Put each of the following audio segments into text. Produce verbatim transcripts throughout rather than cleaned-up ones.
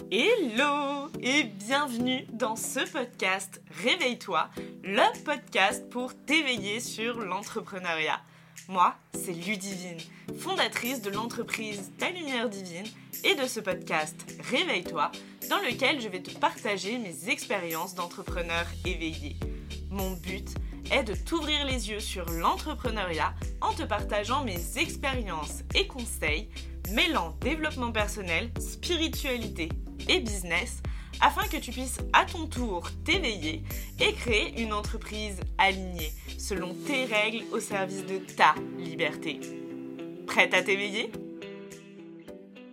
Hello et bienvenue dans ce podcast Réveille-toi, le podcast pour t'éveiller sur l'entrepreneuriat. Moi, c'est Ludivine, fondatrice de l'entreprise Ta Lumière Divine et de ce podcast Réveille-toi, dans lequel je vais te partager mes expériences d'entrepreneur éveillé. Mon but est de t'ouvrir les yeux sur l'entrepreneuriat en te partageant mes expériences et conseils mêlant développement personnel, spiritualité et business afin que tu puisses à ton tour t'éveiller et créer une entreprise alignée selon tes règles au service de ta liberté. Prête à t'éveiller ? Hello !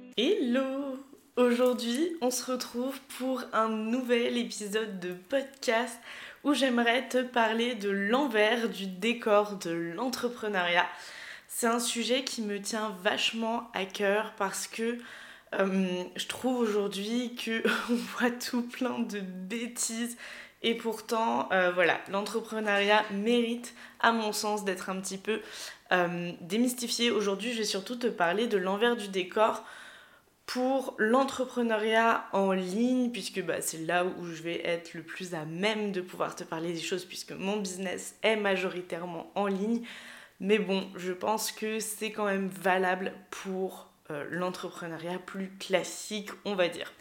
Aujourd'hui, on se retrouve pour un nouvel épisode de podcast où j'aimerais te parler de l'envers du décor de l'entrepreneuriat. C'est un sujet qui me tient vachement à cœur parce que euh, je trouve aujourd'hui qu'on voit tout plein de bêtises et pourtant, euh, voilà, l'entrepreneuriat mérite, à mon sens, d'être un petit peu euh, démystifié. Aujourd'hui, je vais surtout te parler de l'envers du décor pour l'entrepreneuriat en ligne, puisque bah, c'est là où je vais être le plus à même de pouvoir te parler des choses, puisque mon business est majoritairement en ligne. Mais bon, je pense que c'est quand même valable pour euh, l'entrepreneuriat plus classique, on va dire.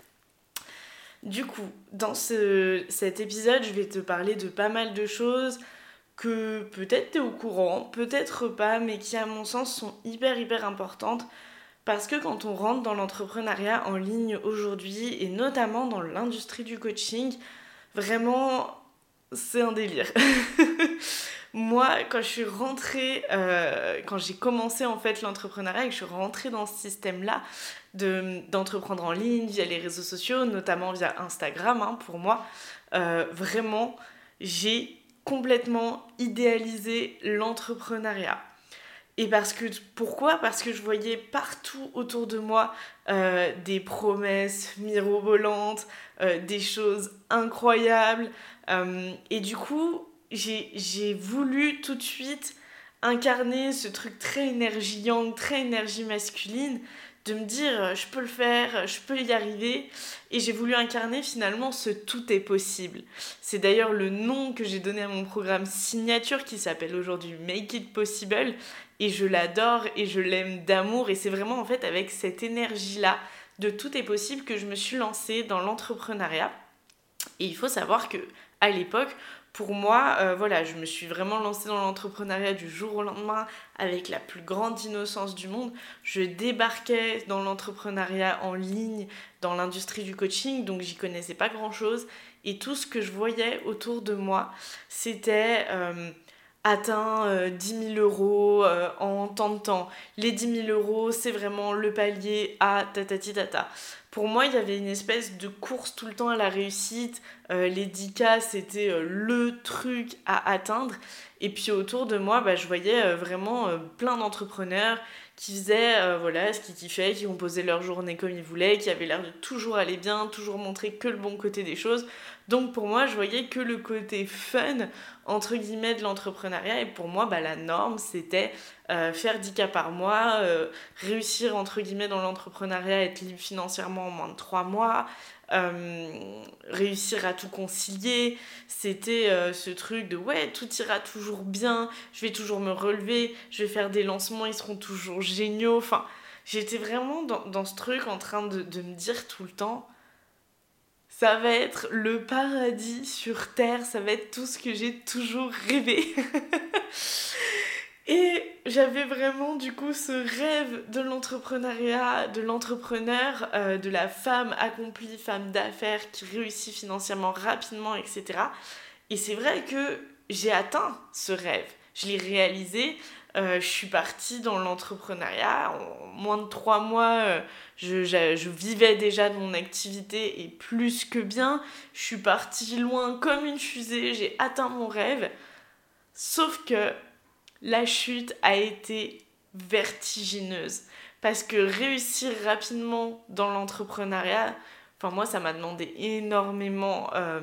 Du coup, dans ce, cet épisode, je vais te parler de pas mal de choses que peut-être tu es au courant, peut-être pas, mais qui à mon sens sont hyper hyper importantes. Parce que quand on rentre dans l'entrepreneuriat en ligne aujourd'hui, et notamment dans l'industrie du coaching, vraiment, c'est un délire. Moi, quand je suis rentrée, euh, quand j'ai commencé en fait l'entrepreneuriat et que je suis rentrée dans ce système-là de, d'entreprendre en ligne via les réseaux sociaux, notamment via Instagram, hein, pour moi, euh, vraiment, j'ai complètement idéalisé l'entrepreneuriat. Et parce que, pourquoi ? Parce que je voyais partout autour de moi euh, des promesses mirobolantes, euh, des choses incroyables. Euh, et du coup, j'ai, j'ai voulu tout de suite incarner ce truc très énergie yang, très énergie masculine, de me dire je peux le faire, je peux y arriver. Et j'ai voulu incarner finalement ce tout est possible. C'est d'ailleurs le nom que j'ai donné à mon programme signature qui s'appelle aujourd'hui Make It Possible. Et je l'adore et je l'aime d'amour. Et c'est vraiment en fait avec cette énergie-là de tout est possible que je me suis lancée dans l'entrepreneuriat. Et il faut savoir qu'à l'époque, pour moi, euh, voilà, je me suis vraiment lancée dans l'entrepreneuriat du jour au lendemain avec la plus grande innocence du monde. Je débarquais dans l'entrepreneuriat en ligne, dans l'industrie du coaching, donc j'y connaissais pas grand-chose. Et tout ce que je voyais autour de moi, c'était euh, atteint euh, dix mille euros euh, en tant de temps. Les dix mille euros, c'est vraiment le palier à tatati tata. Pour moi, il y avait une espèce de course tout le temps à la réussite. Euh, les dix K, c'était euh, le truc à atteindre. Et puis autour de moi, bah, je voyais euh, vraiment euh, plein d'entrepreneurs qui faisaient euh, voilà, ce qu'ils kiffaient, qui composaient leur journée comme ils voulaient, qui avaient l'air de toujours aller bien, toujours montrer que le bon côté des choses. Donc pour moi, je voyais que le côté fun, entre guillemets, de l'entrepreneuriat. Et pour moi, bah, la norme, c'était euh, faire dix K par mois, euh, réussir, entre guillemets, dans l'entrepreneuriat, être libre financièrement en moins de trois mois, euh, réussir à tout concilier. C'était euh, ce truc de ouais, tout ira toujours bien, je vais toujours me relever, je vais faire des lancements, ils seront toujours géniaux. Enfin, j'étais vraiment dans, dans ce truc en train de, de me dire tout le temps ça va être le paradis sur terre, ça va être tout ce que j'ai toujours rêvé. Et j'avais vraiment du coup ce rêve de l'entrepreneuriat, de l'entrepreneur, euh, de la femme accomplie, femme d'affaires qui réussit financièrement rapidement, et cetera. Et c'est vrai que j'ai atteint ce rêve. Je l'ai réalisé. Euh, je suis partie dans l'entrepreneuriat. En moins de trois mois, euh, je, je, je vivais déjà de mon activité et plus que bien. Je suis partie loin comme une fusée. J'ai atteint mon rêve. Sauf que la chute a été vertigineuse. Parce que réussir rapidement dans l'entrepreneuriat, enfin moi, ça m'a demandé énormément euh,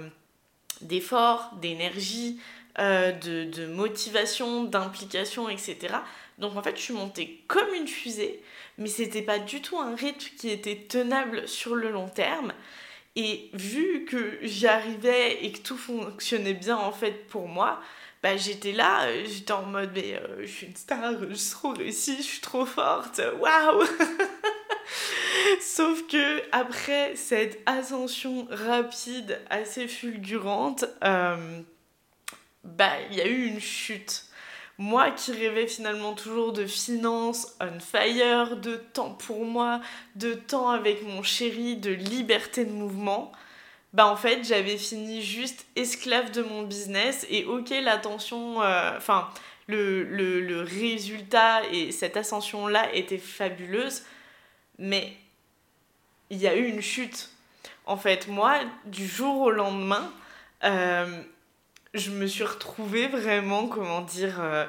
d'efforts, d'énergie, Euh, de, de motivation, d'implication, et cetera. Donc en fait, je suis montée comme une fusée, mais c'était pas du tout un rythme qui était tenable sur le long terme. Et vu que j'y arrivais et que tout fonctionnait bien en fait pour moi, bah j'étais là, euh, j'étais en mode mais euh, je suis une star, je suis trop réussie, je suis trop forte, waouh. Sauf que après cette ascension rapide, assez fulgurante, euh, bah il y a eu une chute. Moi qui rêvais finalement toujours de finances on fire, de temps pour moi, de temps avec mon chéri, de liberté de mouvement, bah en fait j'avais fini juste esclave de mon business et ok l'attention, enfin euh, le, le, le résultat et cette ascension là était fabuleuse, mais il y a eu une chute. En fait moi du jour au lendemain, euh, je me suis retrouvée vraiment, comment dire, euh,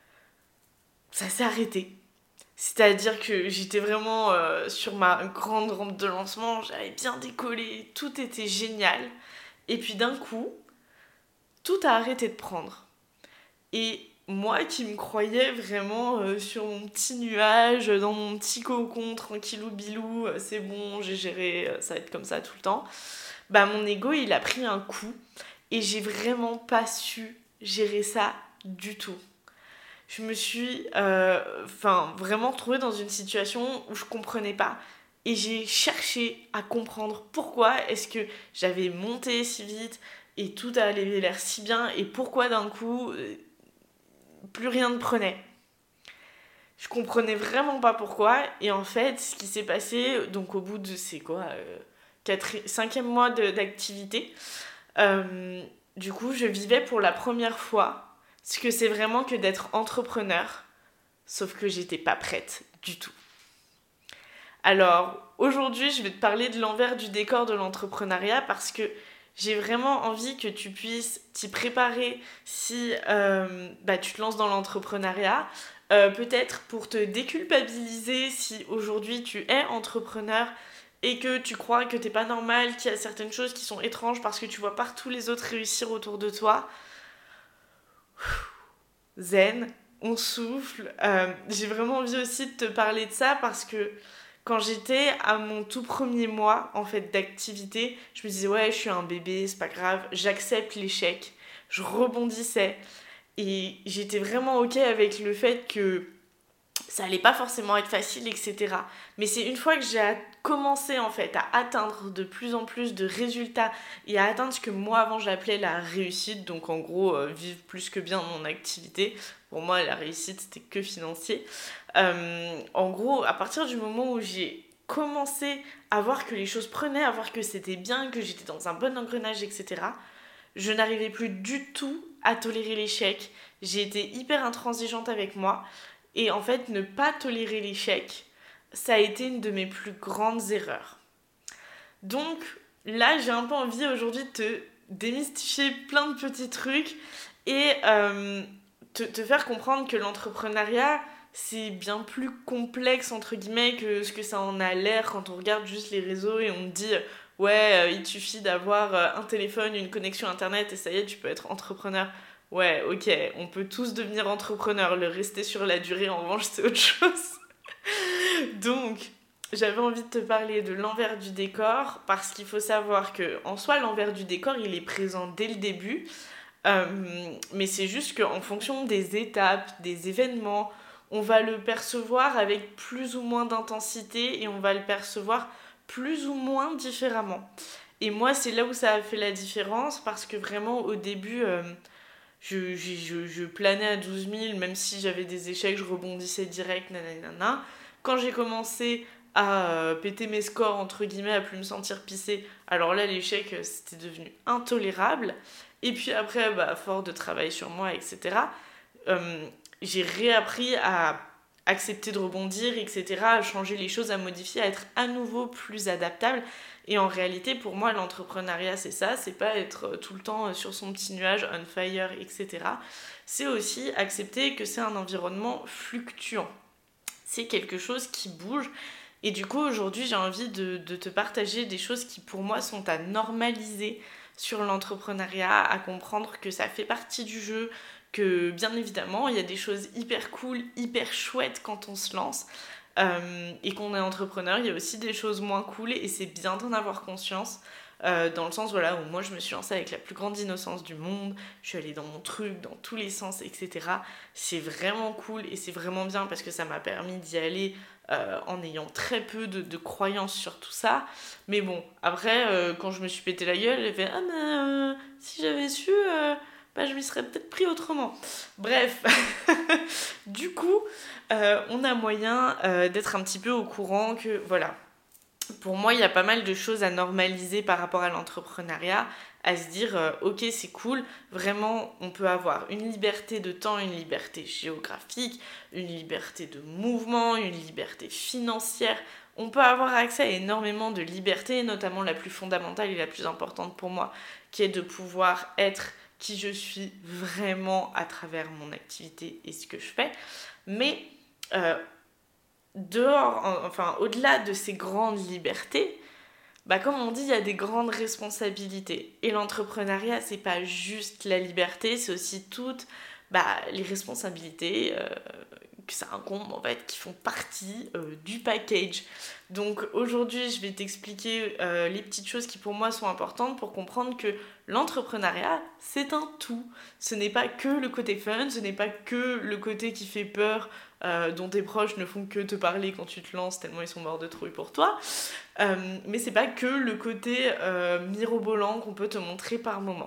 ça s'est arrêté. C'est-à-dire que j'étais vraiment euh, sur ma grande rampe de lancement, j'avais bien décollé, tout était génial. Et puis d'un coup, tout a arrêté de prendre. Et moi qui me croyais vraiment euh, sur mon petit nuage, dans mon petit cocon, tranquillou bilou, euh, c'est bon, j'ai géré, euh, ça va être comme ça tout le temps, bah mon ego il a pris un coup et j'ai vraiment pas su gérer ça du tout. Je me suis euh, enfin, vraiment trouvée dans une situation où je comprenais pas. Et j'ai cherché à comprendre pourquoi est-ce que j'avais monté si vite et tout avait l'air si bien et pourquoi d'un coup euh, plus rien ne prenait. Je comprenais vraiment pas pourquoi et en fait ce qui s'est passé donc au bout de c'est quoi euh, quatre, cinquième mois de, d'activité, euh, du coup je vivais pour la première fois ce que c'est vraiment que d'être entrepreneur, sauf que j'étais pas prête du tout. Alors aujourd'hui je vais te parler de l'envers du décor de l'entrepreneuriat parce que j'ai vraiment envie que tu puisses t'y préparer si euh, bah, tu te lances dans l'entrepreneuriat. Euh, peut-être pour te déculpabiliser si aujourd'hui tu es entrepreneur et que tu crois que t'es pas normal, qu'il y a certaines choses qui sont étranges parce que tu vois partout les autres réussir autour de toi. Zen, on souffle. Euh, j'ai vraiment envie aussi de te parler de ça parce que quand j'étais à mon tout premier mois en fait d'activité, je me disais ouais je suis un bébé, c'est pas grave, j'accepte l'échec, je rebondissais et j'étais vraiment ok avec le fait que ça allait pas forcément être facile, et cetera. Mais c'est une fois que j'ai commencé en fait à atteindre de plus en plus de résultats et à atteindre ce que moi avant j'appelais la réussite, donc en gros euh, vivre plus que bien mon activité. Pour moi la réussite c'était que financier. Euh, en gros, à partir du moment où j'ai commencé à voir que les choses prenaient, à voir que c'était bien, que j'étais dans un bon engrenage, et cetera, je n'arrivais plus du tout à tolérer l'échec. J'ai été hyper intransigeante avec moi. Et en fait, ne pas tolérer l'échec, ça a été une de mes plus grandes erreurs. Donc là, j'ai un peu envie aujourd'hui de te démystifier plein de petits trucs et euh, te, te faire comprendre que l'entrepreneuriat, c'est bien plus complexe, entre guillemets, que ce que ça en a l'air quand on regarde juste les réseaux et on te dit « Ouais, il te suffit d'avoir un téléphone, une connexion internet et ça y est, tu peux être entrepreneur. » Ouais, ok, on peut tous devenir entrepreneurs, le rester sur la durée, en revanche, c'est autre chose. Donc, j'avais envie de te parler de l'envers du décor, parce qu'il faut savoir que, en soi, l'envers du décor, il est présent dès le début, euh, mais c'est juste qu'en fonction des étapes, des événements, on va le percevoir avec plus ou moins d'intensité et on va le percevoir plus ou moins différemment. Et moi, c'est là où ça a fait la différence, parce que vraiment, au début... Euh, Je, je, je, je planais à douze mille, même si j'avais des échecs, je rebondissais direct, nanana. Quand j'ai commencé à euh, péter mes scores, entre guillemets, à plus me sentir pisser, alors là, l'échec, c'était devenu intolérable. Et puis après, bah, fort de travail sur moi, et cetera, euh, j'ai réappris à accepter de rebondir, et cetera, à changer les choses, à modifier, à être à nouveau plus adaptable. Et en réalité, pour moi, l'entrepreneuriat, c'est ça, c'est pas être tout le temps sur son petit nuage, on fire, et cetera. C'est aussi accepter que c'est un environnement fluctuant. C'est quelque chose qui bouge. Et du coup, aujourd'hui, j'ai envie de, de te partager des choses qui, pour moi, sont à normaliser sur l'entrepreneuriat, à comprendre que ça fait partie du jeu, que bien évidemment, il y a des choses hyper cool, hyper chouettes quand on se lance. Euh, et qu'on est entrepreneur, il y a aussi des choses moins cool et c'est bien d'en avoir conscience. Euh, dans le sens voilà, où moi je me suis lancée avec la plus grande innocence du monde, je suis allée dans mon truc, dans tous les sens, et cetera. C'est vraiment cool et c'est vraiment bien parce que ça m'a permis d'y aller euh, en ayant très peu de, de croyances sur tout ça. Mais bon, après, euh, quand je me suis pété la gueule, j'ai fait ah mais euh, si j'avais su, euh, bah, je m'y serais peut-être pris autrement. Bref, du coup, euh, on a moyen euh, d'être un petit peu au courant que voilà. Pour moi, il y a pas mal de choses à normaliser par rapport à l'entrepreneuriat, à se dire, euh, ok, c'est cool, vraiment, on peut avoir une liberté de temps, une liberté géographique, une liberté de mouvement, une liberté financière. On peut avoir accès à énormément de libertés, notamment la plus fondamentale et la plus importante pour moi, qui est de pouvoir être qui je suis vraiment à travers mon activité et ce que je fais. Mais euh, dehors, enfin au-delà de ces grandes libertés, bah comme on dit, il y a des grandes responsabilités. Et l'entrepreneuriat, c'est pas juste la liberté, c'est aussi toutes bah, les responsabilités euh, que ça incombe en fait, qui font partie euh, du package. Donc aujourd'hui, je vais t'expliquer euh, les petites choses qui pour moi sont importantes pour comprendre que l'entrepreneuriat, c'est un tout. Ce n'est pas que le côté fun, ce n'est pas que le côté qui fait peur, euh, dont tes proches ne font que te parler quand tu te lances tellement ils sont morts de trouille pour toi. Euh, mais c'est pas que le côté euh, mirobolant qu'on peut te montrer par moment.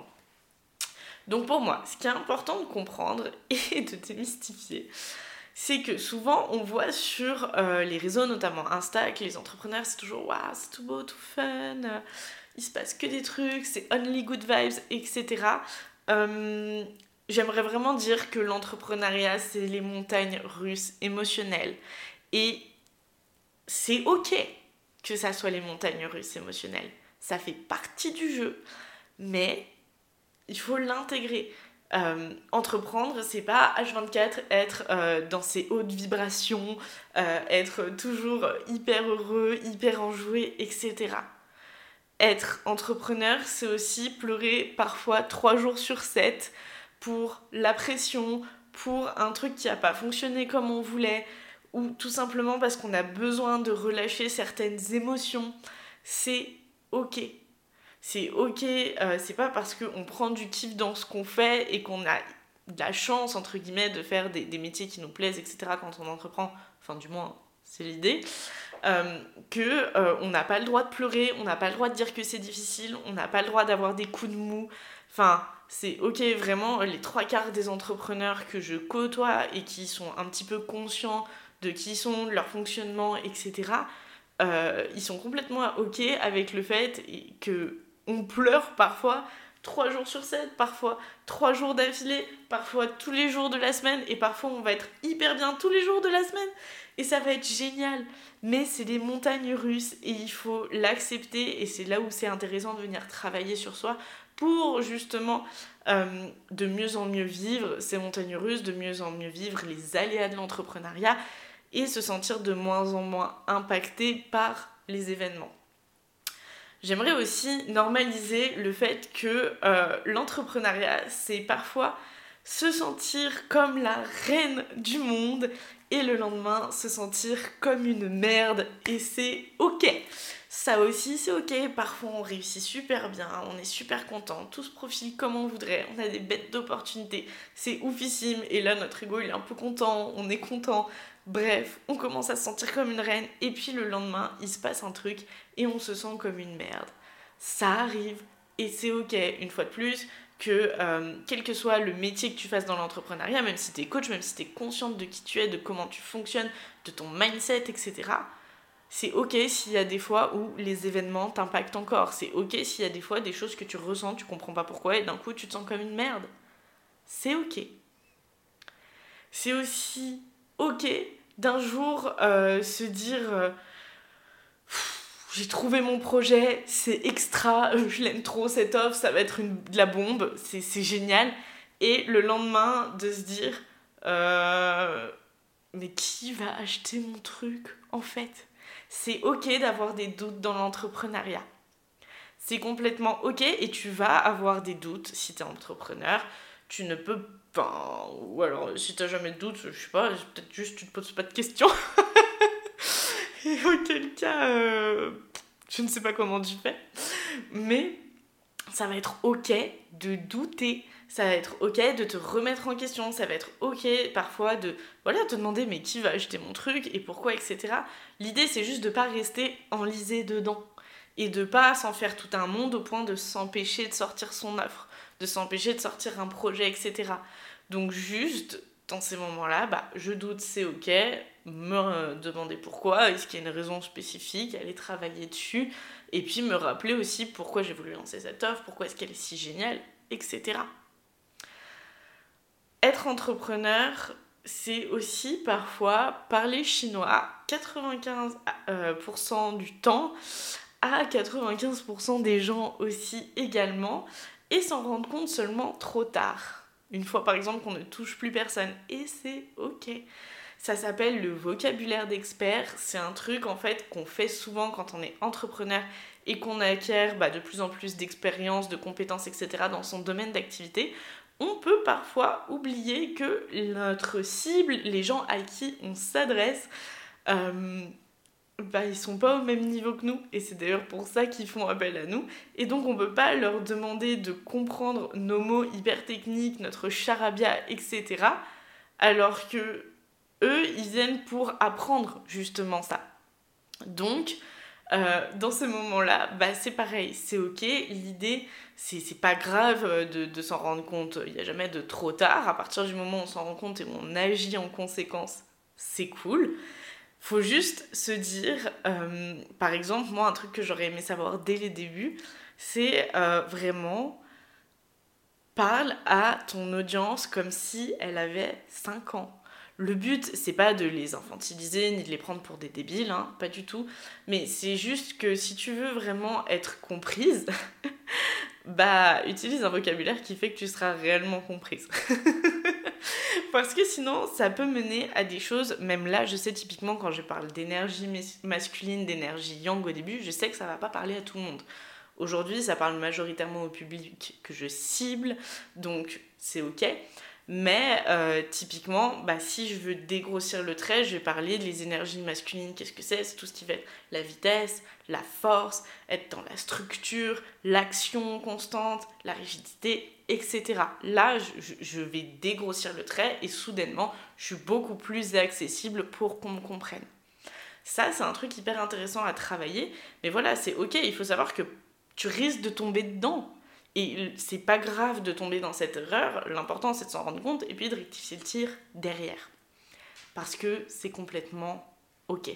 Donc pour moi, ce qui est important de comprendre et de démystifier, c'est que souvent on voit sur euh, les réseaux, notamment Insta, que les entrepreneurs c'est toujours waouh, c'est tout beau, tout fun, euh, il se passe que des trucs, c'est only good vibes, et cetera. Euh, j'aimerais vraiment dire que l'entrepreneuriat c'est les montagnes russes émotionnelles et c'est ok que ça soit les montagnes russes émotionnelles. Ça fait partie du jeu, mais il faut l'intégrer. Euh, entreprendre, c'est pas H vingt-quatre être euh, dans ses hautes vibrations, euh, être toujours hyper heureux, hyper enjoué, et cetera. Être entrepreneur, c'est aussi pleurer parfois trois jours sur sept pour la pression, pour un truc qui n'a pas fonctionné comme on voulait, ou tout simplement parce qu'on a besoin de relâcher certaines émotions. C'est ok. C'est ok, euh, c'est pas parce qu'on prend du kiff dans ce qu'on fait et qu'on a de la chance, entre guillemets, de faire des, des métiers qui nous plaisent, et cetera quand on entreprend, enfin du moins c'est l'idée, euh, que euh, on n'a pas le droit de pleurer, on n'a pas le droit de dire que c'est difficile, on n'a pas le droit d'avoir des coups de mou, enfin c'est ok, vraiment les trois quarts des entrepreneurs que je côtoie et qui sont un petit peu conscients de qui ils sont, de leur fonctionnement, et cetera, euh, ils sont complètement ok avec le fait que on pleure parfois trois jours sur sept, parfois trois jours d'affilée, parfois tous les jours de la semaine, et parfois on va être hyper bien tous les jours de la semaine, et ça va être génial. Mais c'est des montagnes russes, et il faut l'accepter, et c'est là où c'est intéressant de venir travailler sur soi, pour justement euh, de mieux en mieux vivre ces montagnes russes, de mieux en mieux vivre les aléas de l'entrepreneuriat, et se sentir de moins en moins impacté par les événements. J'aimerais aussi normaliser le fait que euh, l'entrepreneuriat, c'est parfois se sentir comme la reine du monde et le lendemain se sentir comme une merde, et c'est ok. Ça aussi c'est ok, parfois on réussit super bien, on est super content, tout se profile comme on voudrait, on a des bêtes d'opportunités, c'est oufissime, et là notre ego il est un peu content, on est content. Bref, on commence à se sentir comme une reine, et puis le lendemain, il se passe un truc, et on se sent comme une merde. Ça arrive, et c'est ok, une fois de plus, que euh, quel que soit le métier que tu fasses dans l'entrepreneuriat, même si t'es coach, même si t'es consciente de qui tu es, de comment tu fonctionnes, de ton mindset, et cetera, c'est ok s'il y a des fois où les événements t'impactent encore. C'est ok s'il y a des fois des choses que tu ressens, tu comprends pas pourquoi, et d'un coup tu te sens comme une merde. C'est ok. C'est aussi ok d'un jour euh, se dire euh, j'ai trouvé mon projet, c'est extra, je l'aime trop cette offre, ça va être une, de la bombe, c'est, c'est génial. Et le lendemain de se dire euh, mais qui va acheter mon truc en fait? C'est ok d'avoir des doutes dans l'entrepreneuriat. C'est complètement ok, et tu vas avoir des doutes si tu es entrepreneur. tu ne peux pas, ou alors si t'as jamais de doute, je sais pas, peut-être juste tu te poses pas de questions. Et auquel cas, euh, je ne sais pas comment tu fais, mais ça va être ok de douter, ça va être ok de te remettre en question, ça va être ok parfois de voilà, te demander mais qui va acheter mon truc et pourquoi, et cetera. L'idée c'est juste de pas rester enlisé dedans et de pas s'en faire tout un monde au point de s'empêcher de sortir son offre, de s'empêcher de sortir un projet, et cetera. Donc juste, dans ces moments-là, bah, je doute, c'est ok, me demander pourquoi, est-ce qu'il y a une raison spécifique, aller travailler dessus, et puis me rappeler aussi pourquoi j'ai voulu lancer cette offre, pourquoi est-ce qu'elle est si géniale, et cetera. Être entrepreneur, c'est aussi parfois parler chinois quatre-vingt-quinze pour cent du temps à quatre-vingt-quinze pour cent des gens aussi également, et s'en rendre compte seulement trop tard. Une fois par exemple qu'on ne touche plus personne, et c'est ok. Ça s'appelle le vocabulaire d'expert, c'est un truc en fait qu'on fait souvent quand on est entrepreneur et qu'on acquiert bah, de plus en plus d'expérience, de compétences, et cetera dans son domaine d'activité. On peut parfois oublier que notre cible, les gens à qui on s'adresse, euh, bah, ils sont pas au même niveau que nous, et c'est d'ailleurs pour ça qu'ils font appel à nous, et donc on peut pas leur demander de comprendre nos mots hyper techniques, notre charabia, et cetera, alors que eux, ils viennent pour apprendre justement ça. Donc, euh, dans ces moments-là, bah, c'est pareil, c'est ok, l'idée, c'est, c'est pas grave de, de s'en rendre compte, il n'y a jamais de trop tard, à partir du moment où on s'en rend compte et où on agit en conséquence, c'est cool. Faut juste se dire, euh, par exemple, moi, un truc que j'aurais aimé savoir dès les débuts, c'est euh, vraiment parle à ton audience comme si elle avait cinq ans. Le but, c'est pas de les infantiliser ni de les prendre pour des débiles, hein, pas du tout. Mais c'est juste que si tu veux vraiment être comprise, bah utilise un vocabulaire qui fait que tu seras réellement comprise. Parce que sinon, ça peut mener à des choses, même là, je sais typiquement quand je parle d'énergie masculine, d'énergie yang au début, je sais que ça va pas parler à tout le monde. Aujourd'hui, ça parle majoritairement au public que je cible, donc c'est ok. Mais euh, typiquement, bah, si je veux dégrossir le trait, je vais parler des énergies masculines. Qu'est-ce que c'est ? C'est tout ce qui va être la vitesse, la force, être dans la structure, l'action constante, la rigidité, et cetera. Là, je, je vais dégrossir le trait et soudainement, je suis beaucoup plus accessible pour qu'on me comprenne. Ça, c'est un truc hyper intéressant à travailler. Mais voilà, c'est ok, il faut savoir que tu risques de tomber dedans. Et c'est pas grave de tomber dans cette erreur, l'important c'est de s'en rendre compte et puis de rectifier le tir derrière. Parce que c'est complètement ok.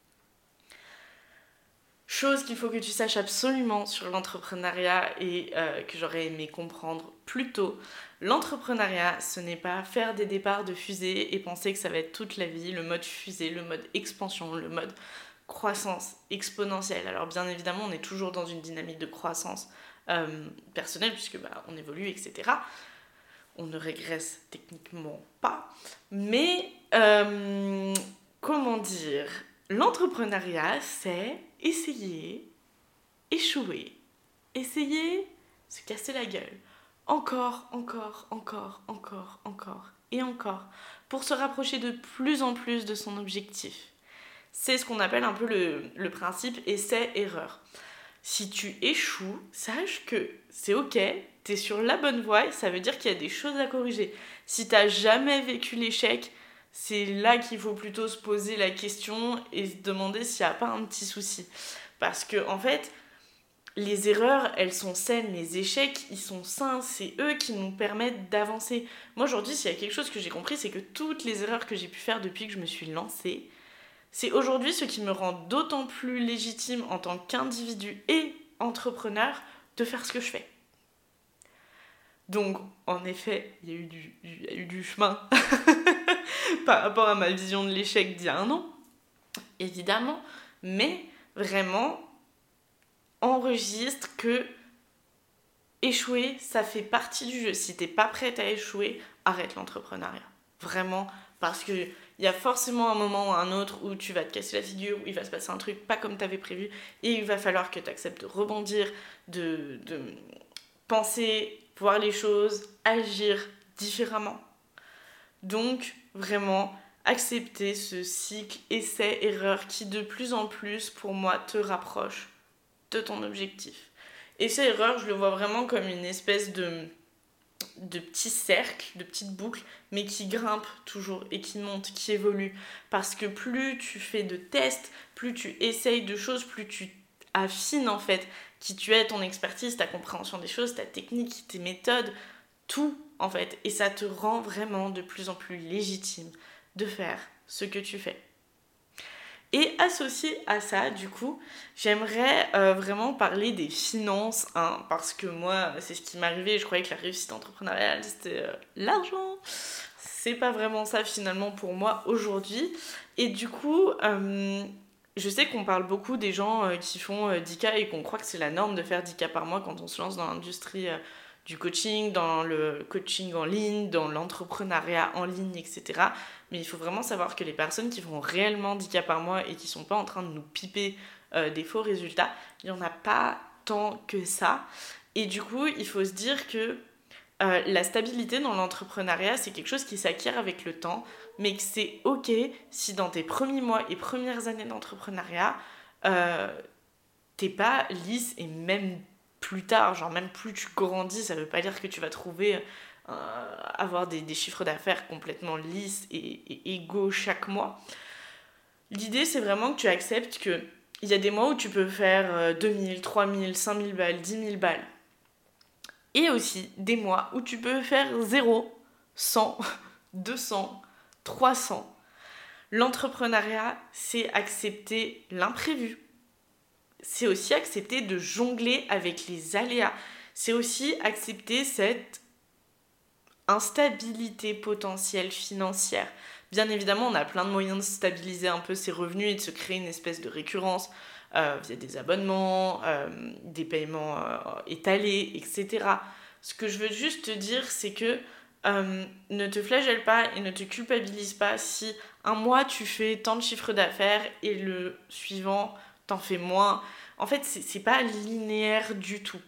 Chose qu'il faut que tu saches absolument sur l'entrepreneuriat et euh, que j'aurais aimé comprendre plus tôt, l'entrepreneuriat, ce n'est pas faire des départs de fusée et penser que ça va être toute la vie, le mode fusée, le mode expansion, le mode croissance exponentielle. Alors bien évidemment, on est toujours dans une dynamique de croissance euh, personnelle puisque bah, on évolue, et cetera. On ne régresse techniquement pas, mais euh, comment dire, l'entrepreneuriat, c'est essayer, échouer, essayer, se casser la gueule, encore, encore, encore, encore, encore et encore, pour se rapprocher de plus en plus de son objectif. C'est ce qu'on appelle un peu le, le principe essai-erreur. Si tu échoues, sache que c'est ok, t'es sur la bonne voie et ça veut dire qu'il y a des choses à corriger. Si t'as jamais vécu l'échec, c'est là qu'il faut plutôt se poser la question et se demander s'il n'y a pas un petit souci. Parce que en fait, les erreurs, elles sont saines, les échecs, ils sont sains, c'est eux qui nous permettent d'avancer. Moi aujourd'hui, s'il y a quelque chose que j'ai compris, c'est que toutes les erreurs que j'ai pu faire depuis que je me suis lancée, c'est aujourd'hui ce qui me rend d'autant plus légitime en tant qu'individu et entrepreneur de faire ce que je fais. Donc, en effet, il y a eu du, il y a eu du chemin par rapport à ma vision de l'échec d'il y a un an, évidemment, mais vraiment, enregistre que échouer, ça fait partie du jeu. Si t'es pas prête à échouer, arrête l'entrepreneuriat. Vraiment, parce que il y a forcément un moment ou un autre où tu vas te casser la figure, où il va se passer un truc pas comme tu avais prévu, et il va falloir que tu acceptes de rebondir, de, de penser, voir les choses, agir différemment. Donc, vraiment, accepter ce cycle essai-erreur qui, de plus en plus, pour moi, te rapproche de ton objectif. Essai-erreur, je le vois vraiment comme une espèce de, de petit cercle, de petite boucle, mais qui grimpe toujours et qui monte, qui évolue. Parce que plus tu fais de tests, plus tu essayes de choses, plus tu affines en fait qui tu es, ton expertise, ta compréhension des choses, ta technique, tes méthodes, tout en fait. Et ça te rend vraiment de plus en plus légitime de faire ce que tu fais. Et associé à ça, du coup, j'aimerais euh, vraiment parler des finances, hein, parce que moi, c'est ce qui m'arrivait, je croyais que la réussite entrepreneuriale, c'était euh, l'argent. C'est pas vraiment ça finalement pour moi aujourd'hui. Et du coup, euh, je sais qu'on parle beaucoup des gens euh, qui font euh, dix K et qu'on croit que c'est la norme de faire dix K par mois quand on se lance dans l'industrie euh, du coaching, dans le coaching en ligne, dans l'entrepreneuriat en ligne, et cetera. Mais il faut vraiment savoir que les personnes qui font réellement dix K par mois et qui sont pas en train de nous piper euh, des faux résultats, il n'y en a pas tant que ça. Et du coup, il faut se dire que euh, la stabilité dans l'entrepreneuriat, c'est quelque chose qui s'acquiert avec le temps, mais que c'est ok si dans tes premiers mois et premières années d'entrepreneuriat, euh, t'es pas lisse, et même plus tard, genre même plus tu grandis, ça veut pas dire que tu vas trouver euh, avoir des, des chiffres d'affaires complètement lisses et, et égaux chaque mois. L'idée, c'est vraiment que tu acceptes que il y a des mois où tu peux faire euh, deux mille, trois mille, cinq mille balles, dix mille balles. Et aussi des mois où tu peux faire zéro, cent, deux cents, trois cents. L'entrepreneuriat, c'est accepter l'imprévu. C'est aussi accepter de jongler avec les aléas. C'est aussi accepter cette instabilité potentielle financière. Bien évidemment, on a plein de moyens de stabiliser un peu ses revenus et de se créer une espèce de récurrence euh, via des abonnements, euh, des paiements euh, étalés, et cetera. Ce que je veux juste te dire, c'est que euh, ne te flagelle pas et ne te culpabilise pas si un mois tu fais tant de chiffre d'affaires et le suivant t'en fais moins. En fait, c'est, c'est pas linéaire du tout.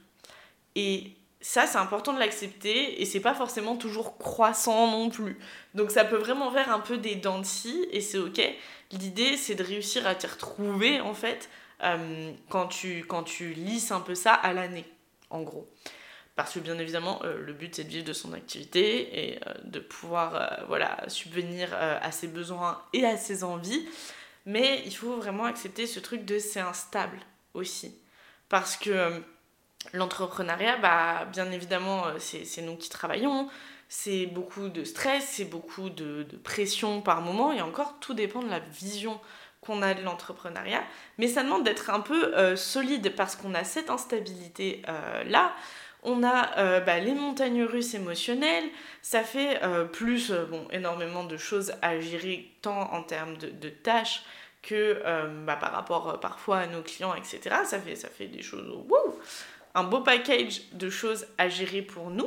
Et ça, c'est important de l'accepter et c'est pas forcément toujours croissant non plus. Donc ça peut vraiment faire un peu des dents de scie et c'est ok. L'idée, c'est de réussir à t'y retrouver en fait euh, quand, tu, quand tu lisses un peu ça à l'année, en gros. Parce que bien évidemment, euh, le but c'est de vivre de son activité et euh, de pouvoir euh, voilà, subvenir euh, à ses besoins et à ses envies. Mais il faut vraiment accepter ce truc de c'est instable aussi. Parce que euh, l'entrepreneuriat, bah, bien évidemment, euh, c'est, c'est nous qui travaillons. C'est beaucoup de stress, c'est beaucoup de, de pression par moment. Et encore, tout dépend de la vision qu'on a de l'entrepreneuriat. Mais ça demande d'être un peu euh, solide parce qu'on a cette instabilité-là. Euh, On a euh, bah, les montagnes russes émotionnelles, ça fait euh, plus euh, bon, énormément de choses à gérer, tant en termes de, de tâches que euh, bah, par rapport euh, parfois à nos clients, et cetera. Ça fait, ça fait des choses, wouh, un beau package de choses à gérer pour nous.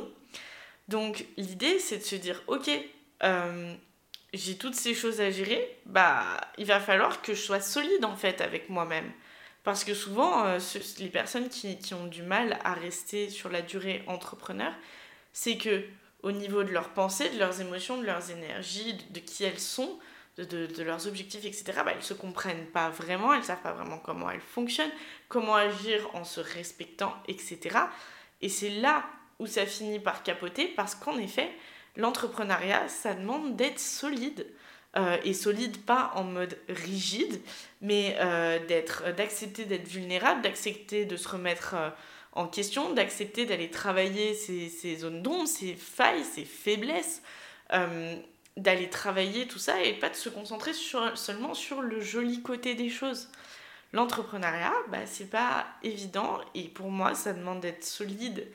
Donc l'idée, c'est de se dire, ok, euh, j'ai toutes ces choses à gérer, bah, il va falloir que je sois solide en fait avec moi-même. Parce que souvent, euh, ce, les personnes qui, qui ont du mal à rester sur la durée entrepreneur, c'est que au niveau de leurs pensées, de leurs émotions, de leurs énergies, de, de qui elles sont, de, de, de leurs objectifs, et cetera, bah, elles ne se comprennent pas vraiment, elles ne savent pas vraiment comment elles fonctionnent, comment agir en se respectant, et cetera. Et c'est là où ça finit par capoter, parce qu'en effet, l'entrepreneuriat, ça demande d'être solide. Euh, et solide, pas en mode rigide, mais euh, d'être, d'accepter d'être vulnérable, d'accepter de se remettre euh, en question, d'accepter d'aller travailler ses, ses zones d'ombre, ses failles, ses faiblesses, euh, d'aller travailler tout ça et pas de se concentrer sur, seulement sur le joli côté des choses. L'entrepreneuriat, bah, c'est pas évident et pour moi, ça demande d'être solide,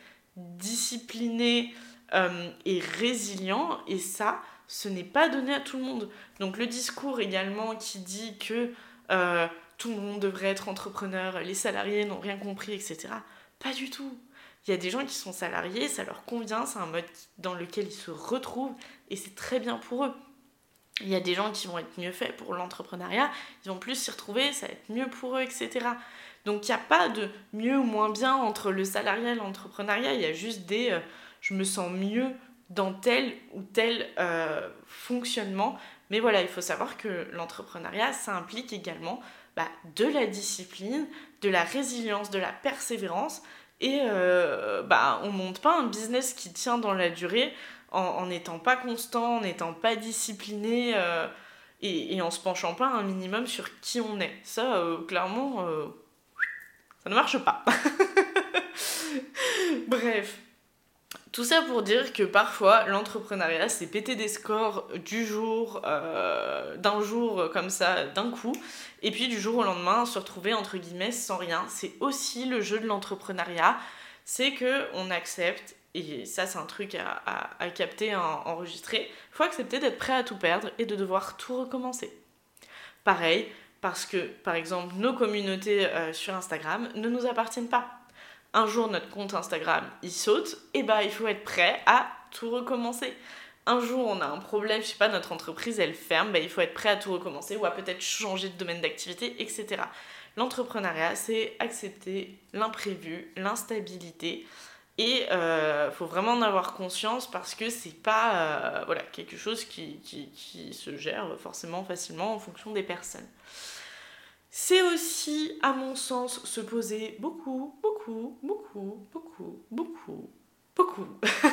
discipliné euh, et résilient et ça, ce n'est pas donné à tout le monde. Donc le discours également qui dit que euh, tout le monde devrait être entrepreneur, les salariés n'ont rien compris, et cetera. Pas du tout. Il y a des gens qui sont salariés, ça leur convient, c'est un mode dans lequel ils se retrouvent et c'est très bien pour eux. Il y a des gens qui vont être mieux faits pour l'entrepreneuriat, ils vont plus s'y retrouver, ça va être mieux pour eux, et cetera. Donc il n'y a pas de mieux ou moins bien entre le salariat et l'entrepreneuriat, il y a juste des euh, je me sens mieux dans tel ou tel euh, fonctionnement. Mais voilà, il faut savoir que l'entrepreneuriat, ça implique également bah, de la discipline, de la résilience, de la persévérance. Et euh, bah, on ne monte pas un business qui tient dans la durée en n'étant pas constant, en n'étant pas discipliné euh, et, et en se penchant pas un minimum sur qui on est. Ça, euh, clairement, euh, ça ne marche pas. Bref. Tout ça pour dire que parfois, l'entrepreneuriat, c'est péter des scores du jour, euh, d'un jour comme ça, d'un coup, et puis du jour au lendemain, se retrouver entre guillemets sans rien. C'est aussi le jeu de l'entrepreneuriat, c'est qu'on accepte, et ça c'est un truc à, à, à capter, à enregistrer, il faut accepter d'être prêt à tout perdre et de devoir tout recommencer. Pareil, parce que par exemple, nos communautés euh, sur Instagram ne nous appartiennent pas. Un jour notre compte Instagram il saute, et bah il faut être prêt à tout recommencer. Un jour on a un problème, je sais pas, notre entreprise elle ferme, bah il faut être prêt à tout recommencer ou à peut-être changer de domaine d'activité, et cetera. L'entrepreneuriat, c'est accepter l'imprévu, l'instabilité, et euh, faut vraiment en avoir conscience parce que c'est pas euh, voilà, quelque chose qui, qui, qui se gère forcément facilement en fonction des personnes. C'est aussi, à mon sens, se poser beaucoup, beaucoup, beaucoup, beaucoup, beaucoup, beaucoup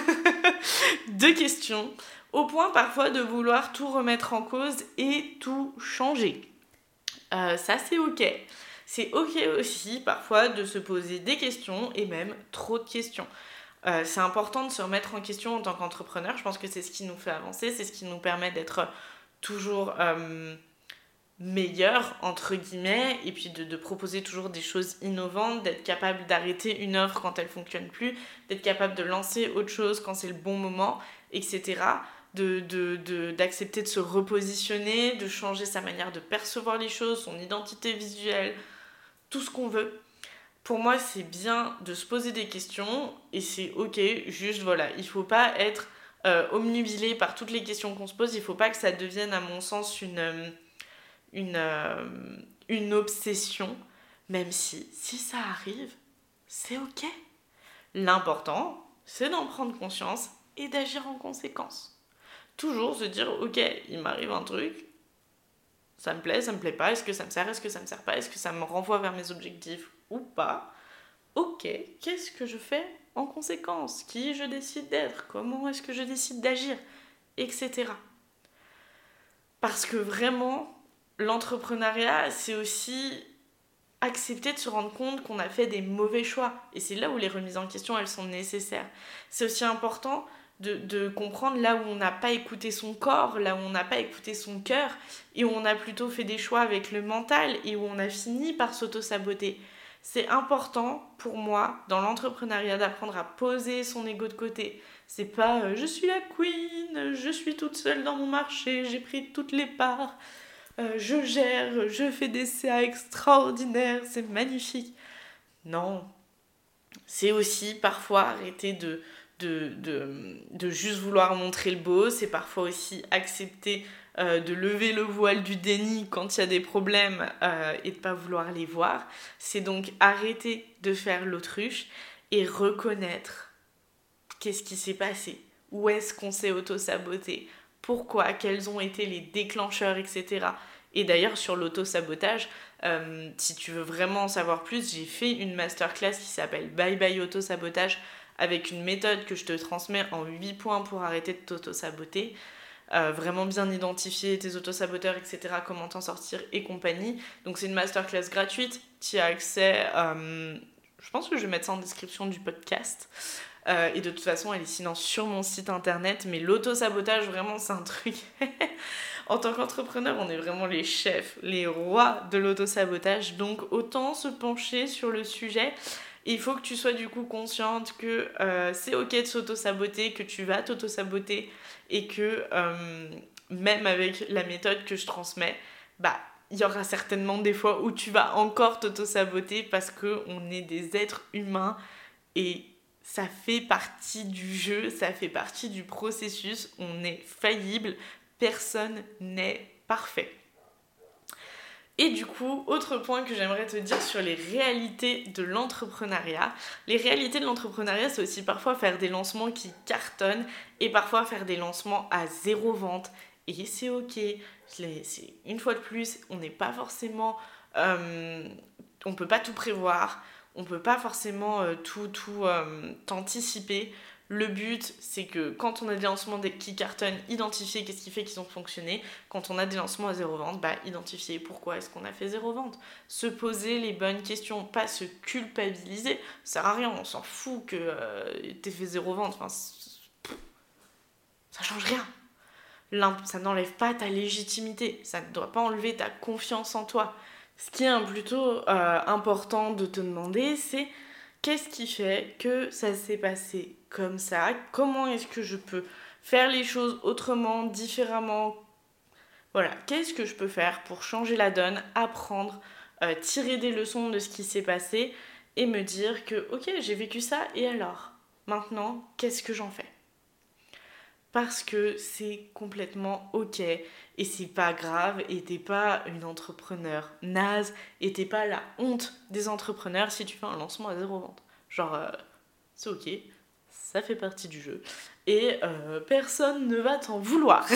de questions, au point parfois de vouloir tout remettre en cause et tout changer. Euh, ça, c'est ok. C'est ok aussi, parfois, de se poser des questions et même trop de questions. Euh, c'est important de se remettre en question en tant qu'entrepreneur. Je pense que c'est ce qui nous fait avancer, c'est ce qui nous permet d'être toujours... Euh, meilleur entre guillemets et puis de, de proposer toujours des choses innovantes, d'être capable d'arrêter une offre quand elle fonctionne plus, d'être capable de lancer autre chose quand c'est le bon moment, etc. De, de, de, d'accepter de se repositionner, de changer sa manière de percevoir les choses, son identité visuelle, tout ce qu'on veut. Pour moi, c'est bien de se poser des questions et c'est ok, juste voilà, il faut pas être euh, omnubilé par toutes les questions qu'on se pose, il faut pas que ça devienne à mon sens une... Euh, Une, euh, une obsession, même si, si ça arrive, c'est ok. L'important, c'est d'en prendre conscience et d'agir en conséquence. Toujours se dire, ok, il m'arrive un truc, ça me plaît, ça me plaît pas, est-ce que ça me sert, est-ce que ça me sert pas, est-ce que ça me renvoie vers mes objectifs ou pas. Ok, qu'est-ce que je fais en conséquence? Qui je décide d'être? Comment est-ce que je décide d'agir? Etc. Parce que vraiment, l'entrepreneuriat, c'est aussi accepter de se rendre compte qu'on a fait des mauvais choix. Et c'est là où les remises en question, elles sont nécessaires. C'est aussi important de, de comprendre là où on n'a pas écouté son corps, là où on n'a pas écouté son cœur, et où on a plutôt fait des choix avec le mental, et où on a fini par s'auto-saboter. C'est important pour moi, dans l'entrepreneuriat, d'apprendre à poser son ego de côté. C'est pas euh, « je suis la queen, je suis toute seule dans mon marché, j'ai pris toutes les parts ». Euh, je gère, je fais des C A extraordinaires, c'est magnifique. Non, c'est aussi parfois arrêter de, de, de, de juste vouloir montrer le beau, c'est parfois aussi accepter euh, de lever le voile du déni quand il y a des problèmes euh, et de ne pas vouloir les voir. C'est donc arrêter de faire l'autruche et reconnaître qu'est-ce qui s'est passé, où est-ce qu'on s'est auto-saboté, pourquoi, quels ont été les déclencheurs, et cetera. Et d'ailleurs, sur l'auto-sabotage, euh, si tu veux vraiment en savoir plus, j'ai fait une masterclass qui s'appelle Bye Bye Auto-Sabotage avec une méthode que je te transmets en huit points pour arrêter de t'auto-saboter. Euh, vraiment bien identifier tes auto-saboteurs, et cetera, comment t'en sortir et compagnie. Donc c'est une masterclass gratuite, tu y as accès, euh, je pense que je vais mettre ça en description du podcast. Euh, et de toute façon, elle est sinon sur mon site internet. Mais l'auto-sabotage, vraiment, c'est un truc... En tant qu'entrepreneur, on est vraiment les chefs, les rois de l'auto-sabotage. Donc, autant se pencher sur le sujet. Il faut que tu sois du coup consciente que euh, c'est ok de s'auto-saboter, que tu vas t'auto-saboter et que euh, même avec la méthode que je transmets, bah, il y aura certainement des fois où tu vas encore t'auto-saboter parce qu'on est des êtres humains et ça fait partie du jeu, ça fait partie du processus, on est faillible, personne n'est parfait. Et du coup, autre point que j'aimerais te dire sur les réalités de l'entrepreneuriat. Les réalités de l'entrepreneuriat, c'est aussi parfois faire des lancements qui cartonnent et parfois faire des lancements à zéro vente. Et c'est ok. C'est, une fois de plus, on n'est pas forcément... Euh, on peut pas tout prévoir. On peut pas forcément euh, tout, tout euh, t'anticiper. Le but, c'est que quand on a des lancements qui cartonnent, identifier qu'est-ce qui fait qu'ils ont fonctionné. Quand on a des lancements à zéro vente, bah, identifier pourquoi est-ce qu'on a fait zéro vente. Se poser les bonnes questions, pas se culpabiliser. Ça sert à rien, on s'en fout que euh, t'aies fait zéro vente. Enfin, ça change rien. Ça n'enlève pas ta légitimité. Ça ne doit pas enlever ta confiance en toi. Ce qui est plutôt euh, important de te demander, c'est qu'est-ce qui fait que ça s'est passé comme ça? Comment est-ce que je peux faire les choses autrement, différemment? Voilà, qu'est-ce que je peux faire pour changer la donne, apprendre, euh, tirer des leçons de ce qui s'est passé et me dire que ok, j'ai vécu ça et alors? Maintenant, qu'est-ce que j'en fais? Parce que c'est complètement ok et c'est pas grave et t'es pas une entrepreneur naze et t'es pas la honte des entrepreneurs si tu fais un lancement à zéro vente. Genre, euh, c'est ok, ça fait partie du jeu et euh, personne ne va t'en vouloir.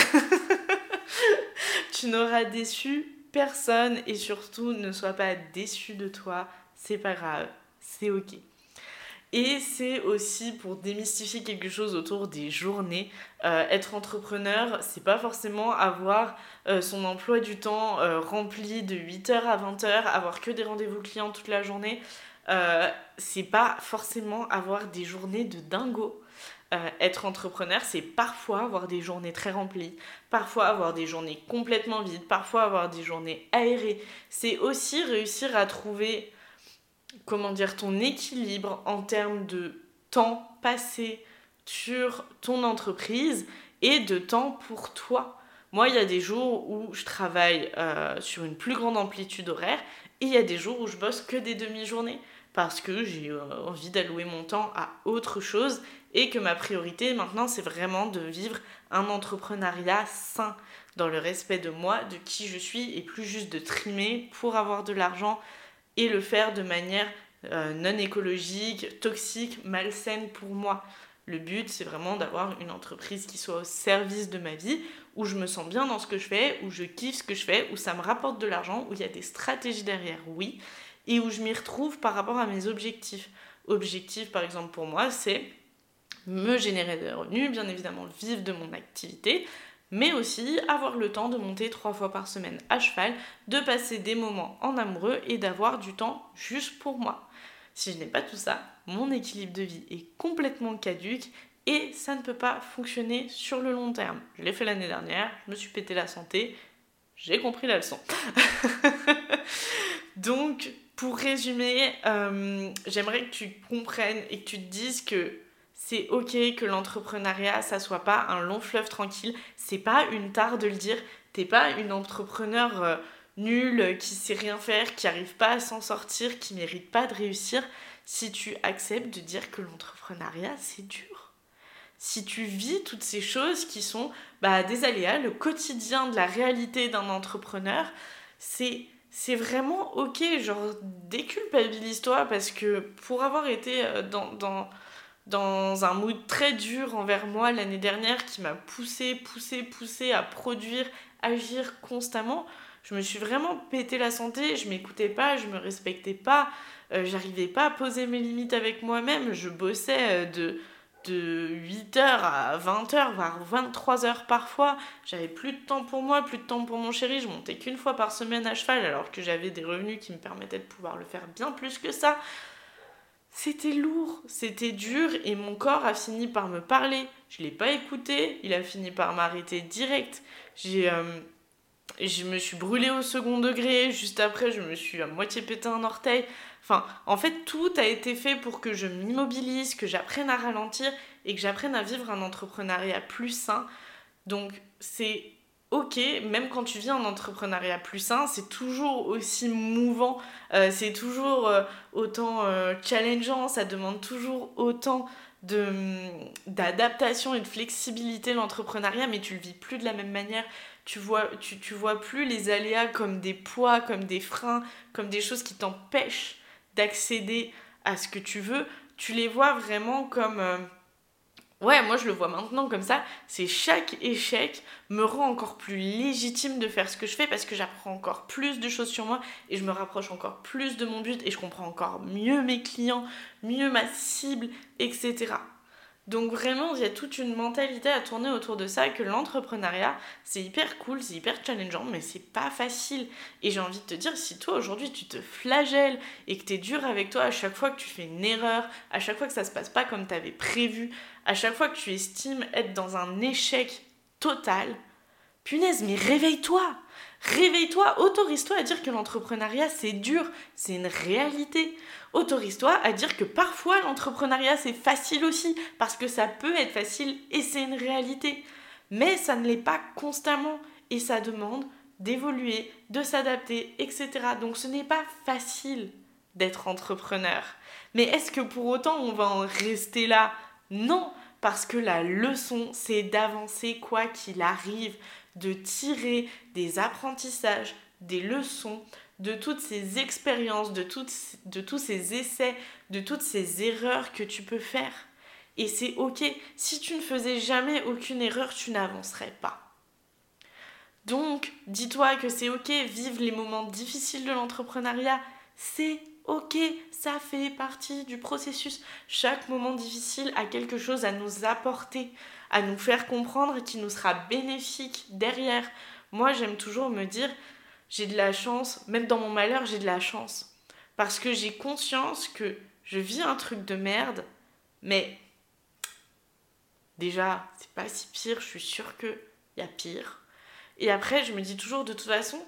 Tu n'auras déçu personne et surtout ne sois pas déçu de toi, c'est pas grave, c'est ok. Et c'est aussi pour démystifier quelque chose autour des journées. Euh, être entrepreneur, c'est pas forcément avoir euh, son emploi du temps euh, rempli de huit heures à vingt heures, avoir que des rendez-vous clients toute la journée. Euh, c'est pas forcément avoir des journées de dingo. Euh, être entrepreneur, c'est parfois avoir des journées très remplies, parfois avoir des journées complètement vides, parfois avoir des journées aérées. C'est aussi réussir à trouver, comment dire, ton équilibre en termes de temps passé sur ton entreprise et de temps pour toi. Moi, il y a des jours où je travaille euh, sur une plus grande amplitude horaire et il y a des jours où je bosse que des demi-journées parce que j'ai euh, envie d'allouer mon temps à autre chose et que ma priorité maintenant, c'est vraiment de vivre un entrepreneuriat sain dans le respect de moi, de qui je suis et plus juste de trimer pour avoir de l'argent et le faire de manière euh, non écologique, toxique, malsaine pour moi. Le but, c'est vraiment d'avoir une entreprise qui soit au service de ma vie, où je me sens bien dans ce que je fais, où je kiffe ce que je fais, où ça me rapporte de l'argent, où il y a des stratégies derrière, oui, et où je m'y retrouve par rapport à mes objectifs. Objectif, par exemple, pour moi, c'est me générer des revenus, bien évidemment vivre de mon activité, mais aussi avoir le temps de monter trois fois par semaine à cheval, de passer des moments en amoureux et d'avoir du temps juste pour moi. Si je n'ai pas tout ça, mon équilibre de vie est complètement caduque et ça ne peut pas fonctionner sur le long terme. Je l'ai fait l'année dernière, je me suis pété la santé, j'ai compris la leçon. Donc, pour résumer, euh, j'aimerais que tu comprennes et que tu te dises que c'est ok que l'entrepreneuriat, ça soit pas un long fleuve tranquille. C'est pas une tare de le dire. T'es pas une entrepreneur euh, nulle, qui sait rien faire, qui arrive pas à s'en sortir, qui mérite pas de réussir. Si tu acceptes de dire que l'entrepreneuriat, c'est dur. Si tu vis toutes ces choses qui sont bah, des aléas, le quotidien de la réalité d'un entrepreneur, c'est... c'est vraiment ok, genre déculpabilise-toi parce que pour avoir été dans, dans, dans un mood très dur envers moi l'année dernière qui m'a poussé, poussé, poussé à produire, agir constamment, je me suis vraiment pété la santé, je m'écoutais pas, je me respectais pas, euh, j'arrivais pas à poser mes limites avec moi-même, je bossais de... de huit heures à vingt heures, voire vingt-trois heures parfois. J'avais plus de temps pour moi, plus de temps pour mon chéri. Je montais qu'une fois par semaine à cheval alors que j'avais des revenus qui me permettaient de pouvoir le faire bien plus que ça. C'était lourd, c'était dur et mon corps a fini par me parler. Je l'ai pas écouté, il a fini par m'arrêter direct. J'ai... Euh, je me suis brûlée au second degré, juste après je me suis à moitié pété un orteil. Enfin, en fait, tout a été fait pour que je m'immobilise, que j'apprenne à ralentir et que j'apprenne à vivre un entrepreneuriat plus sain. Donc, c'est ok, même quand tu vis un entrepreneuriat plus sain, c'est toujours aussi mouvant, euh, c'est toujours euh, autant euh, challengeant, ça demande toujours autant de, d'adaptation et de flexibilité l'entrepreneuriat, mais tu le vis plus de la même manière. Tu vois, tu, tu vois plus les aléas comme des poids, comme des freins, comme des choses qui t'empêchent d'accéder à ce que tu veux. Tu les vois vraiment comme... euh, Ouais, moi je le vois maintenant comme ça, c'est chaque échec me rend encore plus légitime de faire ce que je fais parce que j'apprends encore plus de choses sur moi et je me rapproche encore plus de mon but et je comprends encore mieux mes clients, mieux ma cible, et cetera. Donc vraiment, il y a toute une mentalité à tourner autour de ça, que l'entrepreneuriat, c'est hyper cool, c'est hyper challengeant, mais c'est pas facile. Et j'ai envie de te dire, si toi aujourd'hui tu te flagelles et que t'es dur avec toi à chaque fois que tu fais une erreur, à chaque fois que ça se passe pas comme t'avais prévu, à chaque fois que tu estimes être dans un échec total, punaise, mais réveille-toi! Réveille-toi, autorise-toi à dire que l'entrepreneuriat c'est dur, c'est une réalité. Autorise-toi à dire que parfois l'entrepreneuriat c'est facile aussi, parce que ça peut être facile et c'est une réalité. Mais ça ne l'est pas constamment et ça demande d'évoluer, de s'adapter, et cetera. Donc ce n'est pas facile d'être entrepreneur. Mais est-ce que pour autant on va en rester là? Non, parce que la leçon c'est d'avancer quoi qu'il arrive, de tirer des apprentissages, des leçons de toutes ces expériences, de, toutes, de tous ces essais, de toutes ces erreurs que tu peux faire. Et c'est ok, si tu ne faisais jamais aucune erreur, tu n'avancerais pas. Donc, dis-toi que c'est ok, vivre les moments difficiles de l'entrepreneuriat, c'est ok, ça fait partie du processus. Chaque moment difficile a quelque chose à nous apporter, à nous faire comprendre et qui nous sera bénéfique derrière. Moi, j'aime toujours me dire, j'ai de la chance, même dans mon malheur, j'ai de la chance. Parce que j'ai conscience que je vis un truc de merde, mais déjà, c'est pas si pire, je suis sûre qu'il y a pire. Et après, je me dis toujours, de toute façon,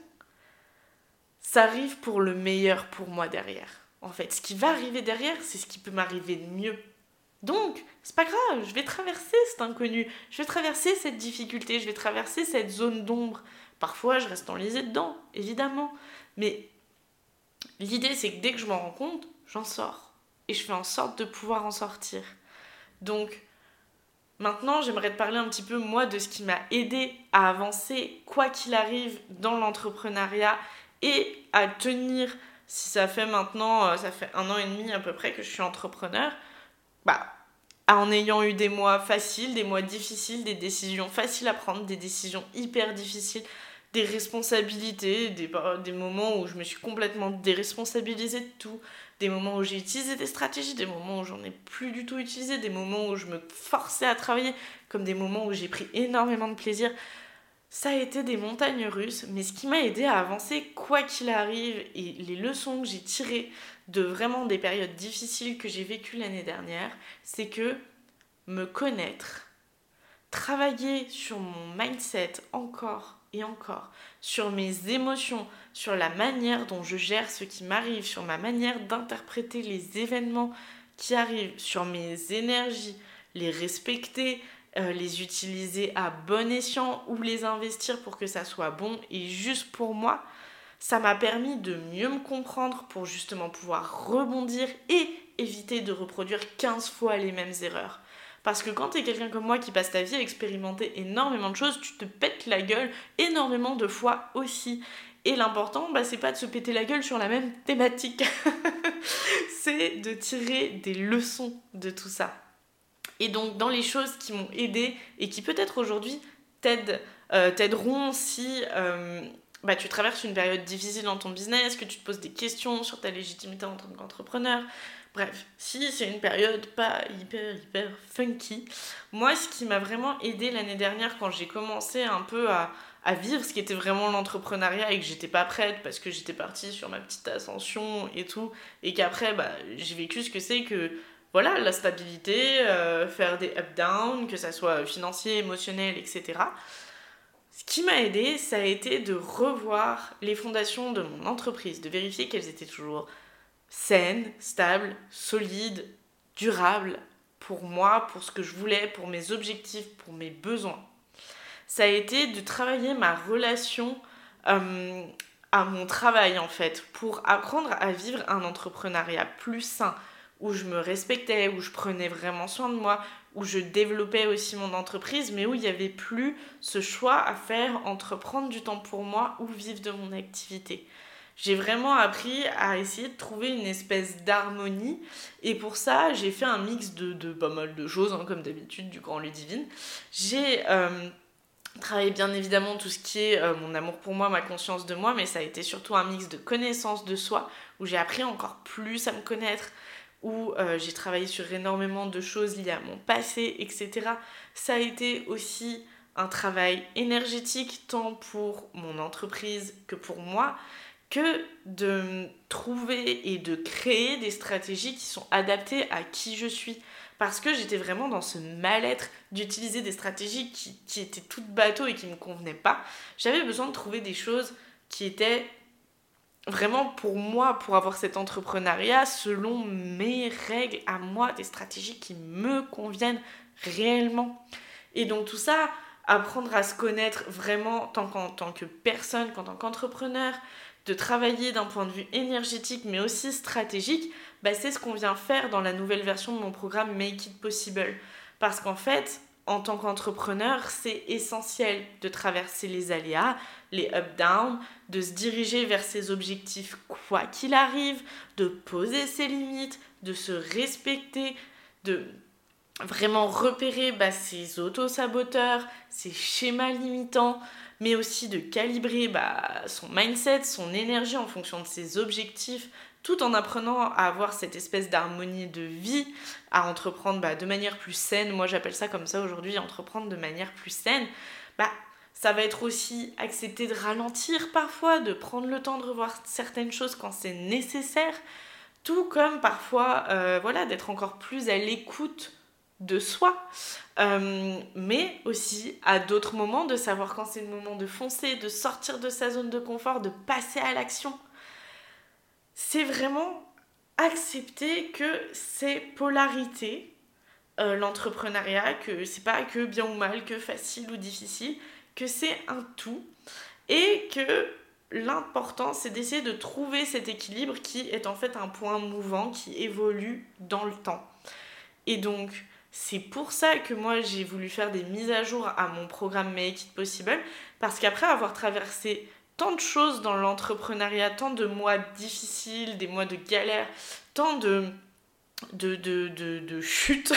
ça arrive pour le meilleur pour moi derrière. En fait, ce qui va arriver derrière, c'est ce qui peut m'arriver de mieux. Donc, c'est pas grave, je vais traverser cet inconnu, je vais traverser cette difficulté, je vais traverser cette zone d'ombre. Parfois, je reste enlisée dedans, évidemment. Mais l'idée, c'est que dès que je m'en rends compte, j'en sors. Et je fais en sorte de pouvoir en sortir. Donc, maintenant, j'aimerais te parler un petit peu, moi, de ce qui m'a aidé à avancer, quoi qu'il arrive, dans l'entrepreneuriat et à tenir, si ça fait maintenant, ça fait un an et demi à peu près que je suis entrepreneur, bah, en ayant eu des mois faciles, des mois difficiles, des décisions faciles à prendre, des décisions hyper difficiles, des responsabilités, des, des moments où je me suis complètement déresponsabilisée de tout, des moments où j'ai utilisé des stratégies, des moments où j'en ai plus du tout utilisé, des moments où je me forçais à travailler, comme des moments où j'ai pris énormément de plaisir. Ça a été des montagnes russes, mais ce qui m'a aidé à avancer quoi qu'il arrive et les leçons que j'ai tirées de vraiment des périodes difficiles que j'ai vécues l'année dernière, c'est que me connaître, travailler sur mon mindset encore et encore, sur mes émotions, sur la manière dont je gère ce qui m'arrive, sur ma manière d'interpréter les événements qui arrivent, sur mes énergies, les respecter, Euh, les utiliser à bon escient ou les investir pour que ça soit bon et juste pour moi, ça m'a permis de mieux me comprendre pour justement pouvoir rebondir et éviter de reproduire quinze fois les mêmes erreurs. Parce que quand t'es quelqu'un comme moi qui passe ta vie à expérimenter énormément de choses, tu te pètes la gueule énormément de fois aussi. Et l'important, bah, c'est pas de se péter la gueule sur la même thématique. C'est de tirer des leçons de tout ça. Et donc, dans les choses qui m'ont aidée et qui peut-être aujourd'hui t'aident, euh, t'aideront si euh, bah, tu traverses une période difficile dans ton business, que tu te poses des questions sur ta légitimité en tant qu'entrepreneur. Bref, si c'est une période pas hyper, hyper funky, moi, ce qui m'a vraiment aidée l'année dernière quand j'ai commencé un peu à, à vivre ce qui était vraiment l'entrepreneuriat et que j'étais pas prête parce que j'étais partie sur ma petite ascension et tout, et qu'après, bah, j'ai vécu ce que c'est que voilà, la stabilité, euh, faire des up-down, que ça soit financier, émotionnel, et cetera. Ce qui m'a aidé, ça a été de revoir les fondations de mon entreprise, de vérifier qu'elles étaient toujours saines, stables, solides, durables, pour moi, pour ce que je voulais, pour mes objectifs, pour mes besoins. Ça a été de travailler ma relation euh, à mon travail, en fait, pour apprendre à vivre un entrepreneuriat plus sain, où je me respectais, où je prenais vraiment soin de moi, où je développais aussi mon entreprise, mais où il n'y avait plus ce choix à faire entre prendre du temps pour moi ou vivre de mon activité. J'ai vraiment appris à essayer de trouver une espèce d'harmonie, et pour ça j'ai fait un mix de, de pas mal de choses, hein, comme d'habitude, du grand Ludivine. J'ai euh, travaillé bien évidemment tout ce qui est euh, mon amour pour moi, ma conscience de moi, mais ça a été surtout un mix de connaissance de soi, où j'ai appris encore plus à me connaître, où euh, j'ai travaillé sur énormément de choses liées à mon passé, et cetera. Ça a été aussi un travail énergétique, tant pour mon entreprise que pour moi, que de trouver et de créer des stratégies qui sont adaptées à qui je suis. Parce que j'étais vraiment dans ce mal-être d'utiliser des stratégies qui, qui étaient toutes bateaux et qui ne me convenaient pas. J'avais besoin de trouver des choses qui étaient vraiment pour moi, pour avoir cet entrepreneuriat selon mes règles à moi, des stratégies qui me conviennent réellement. Et donc tout ça, apprendre à se connaître vraiment tant qu'en tant que personne, qu'en tant qu'entrepreneur, de travailler d'un point de vue énergétique mais aussi stratégique, bah c'est ce qu'on vient faire dans la nouvelle version de mon programme Make It Possible. Parce qu'en fait, en tant qu'entrepreneur, c'est essentiel de traverser les aléas, les up-down, de se diriger vers ses objectifs quoi qu'il arrive, de poser ses limites, de se respecter, de vraiment repérer bah, ses auto-saboteurs, ses schémas limitants, mais aussi de calibrer bah, son mindset, son énergie en fonction de ses objectifs, tout en apprenant à avoir cette espèce d'harmonie de vie, à entreprendre bah, de manière plus saine. Moi j'appelle ça comme ça aujourd'hui, entreprendre de manière plus saine. Bah, ça va être aussi accepter de ralentir parfois, de prendre le temps de revoir certaines choses quand c'est nécessaire, tout comme parfois euh, voilà, d'être encore plus à l'écoute de soi, euh, mais aussi à d'autres moments de savoir quand c'est le moment de foncer, de sortir de sa zone de confort, de passer à l'action. C'est vraiment accepter que c'est polarité, euh, l'entrepreneuriat, que c'est pas que bien ou mal, que facile ou difficile, que c'est un tout, et que l'important c'est d'essayer de trouver cet équilibre qui est en fait un point mouvant qui évolue dans le temps. Et donc c'est pour ça que moi j'ai voulu faire des mises à jour à mon programme Make It Possible, parce qu'après avoir traversé tant de choses dans l'entrepreneuriat, tant de mois difficiles, des mois de galère, tant de, de, de, de, de chutes,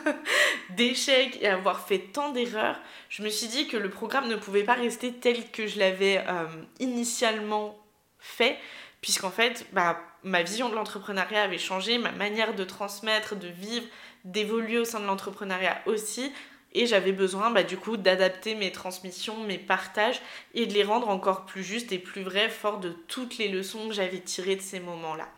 d'échecs, et avoir fait tant d'erreurs, je me suis dit que le programme ne pouvait pas rester tel que je l'avais euh, initialement fait, puisqu'en fait, bah, ma vision de l'entrepreneuriat avait changé, ma manière de transmettre, de vivre, d'évoluer au sein de l'entrepreneuriat aussi, et j'avais besoin bah, du coup d'adapter mes transmissions, mes partages, et de les rendre encore plus justes et plus vrais, fort de toutes les leçons que j'avais tirées de ces moments-là.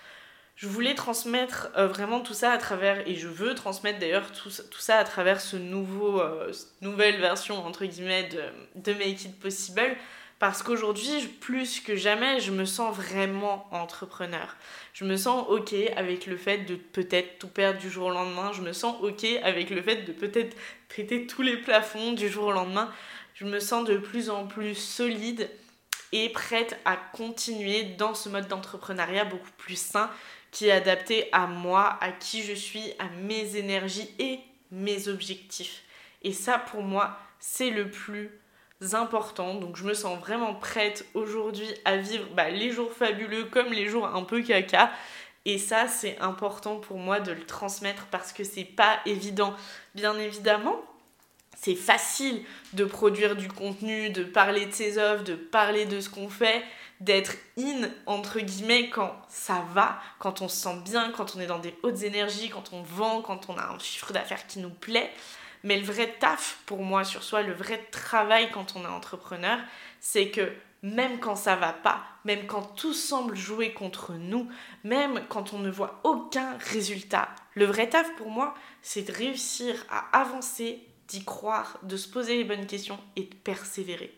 Je voulais transmettre euh, vraiment tout ça à travers, et je veux transmettre d'ailleurs tout, tout ça à travers ce nouveau, euh, cette nouvelle version entre guillemets de, de Make It Possible, parce qu'aujourd'hui, plus que jamais, je me sens vraiment entrepreneur. Je me sens ok avec le fait de peut-être tout perdre du jour au lendemain. Je me sens ok avec le fait de peut-être péter tous les plafonds du jour au lendemain. Je me sens de plus en plus solide et prête à continuer dans ce mode d'entrepreneuriat beaucoup plus sain, qui est adapté à moi, à qui je suis, à mes énergies et mes objectifs. Et ça, pour moi, c'est le plus important. Donc je me sens vraiment prête aujourd'hui à vivre bah, les jours fabuleux comme les jours un peu caca. Et ça, c'est important pour moi de le transmettre parce que c'est pas évident. Bien évidemment, c'est facile de produire du contenu, de parler de ses offres, de parler de ce qu'on fait, d'être in, entre guillemets, quand ça va, quand on se sent bien, quand on est dans des hautes énergies, quand on vend, quand on a un chiffre d'affaires qui nous plaît. Mais le vrai taf pour moi sur soi, le vrai travail quand on est entrepreneur, c'est que même quand ça va pas, même quand tout semble jouer contre nous, même quand on ne voit aucun résultat, le vrai taf pour moi, c'est de réussir à avancer, d'y croire, de se poser les bonnes questions et de persévérer.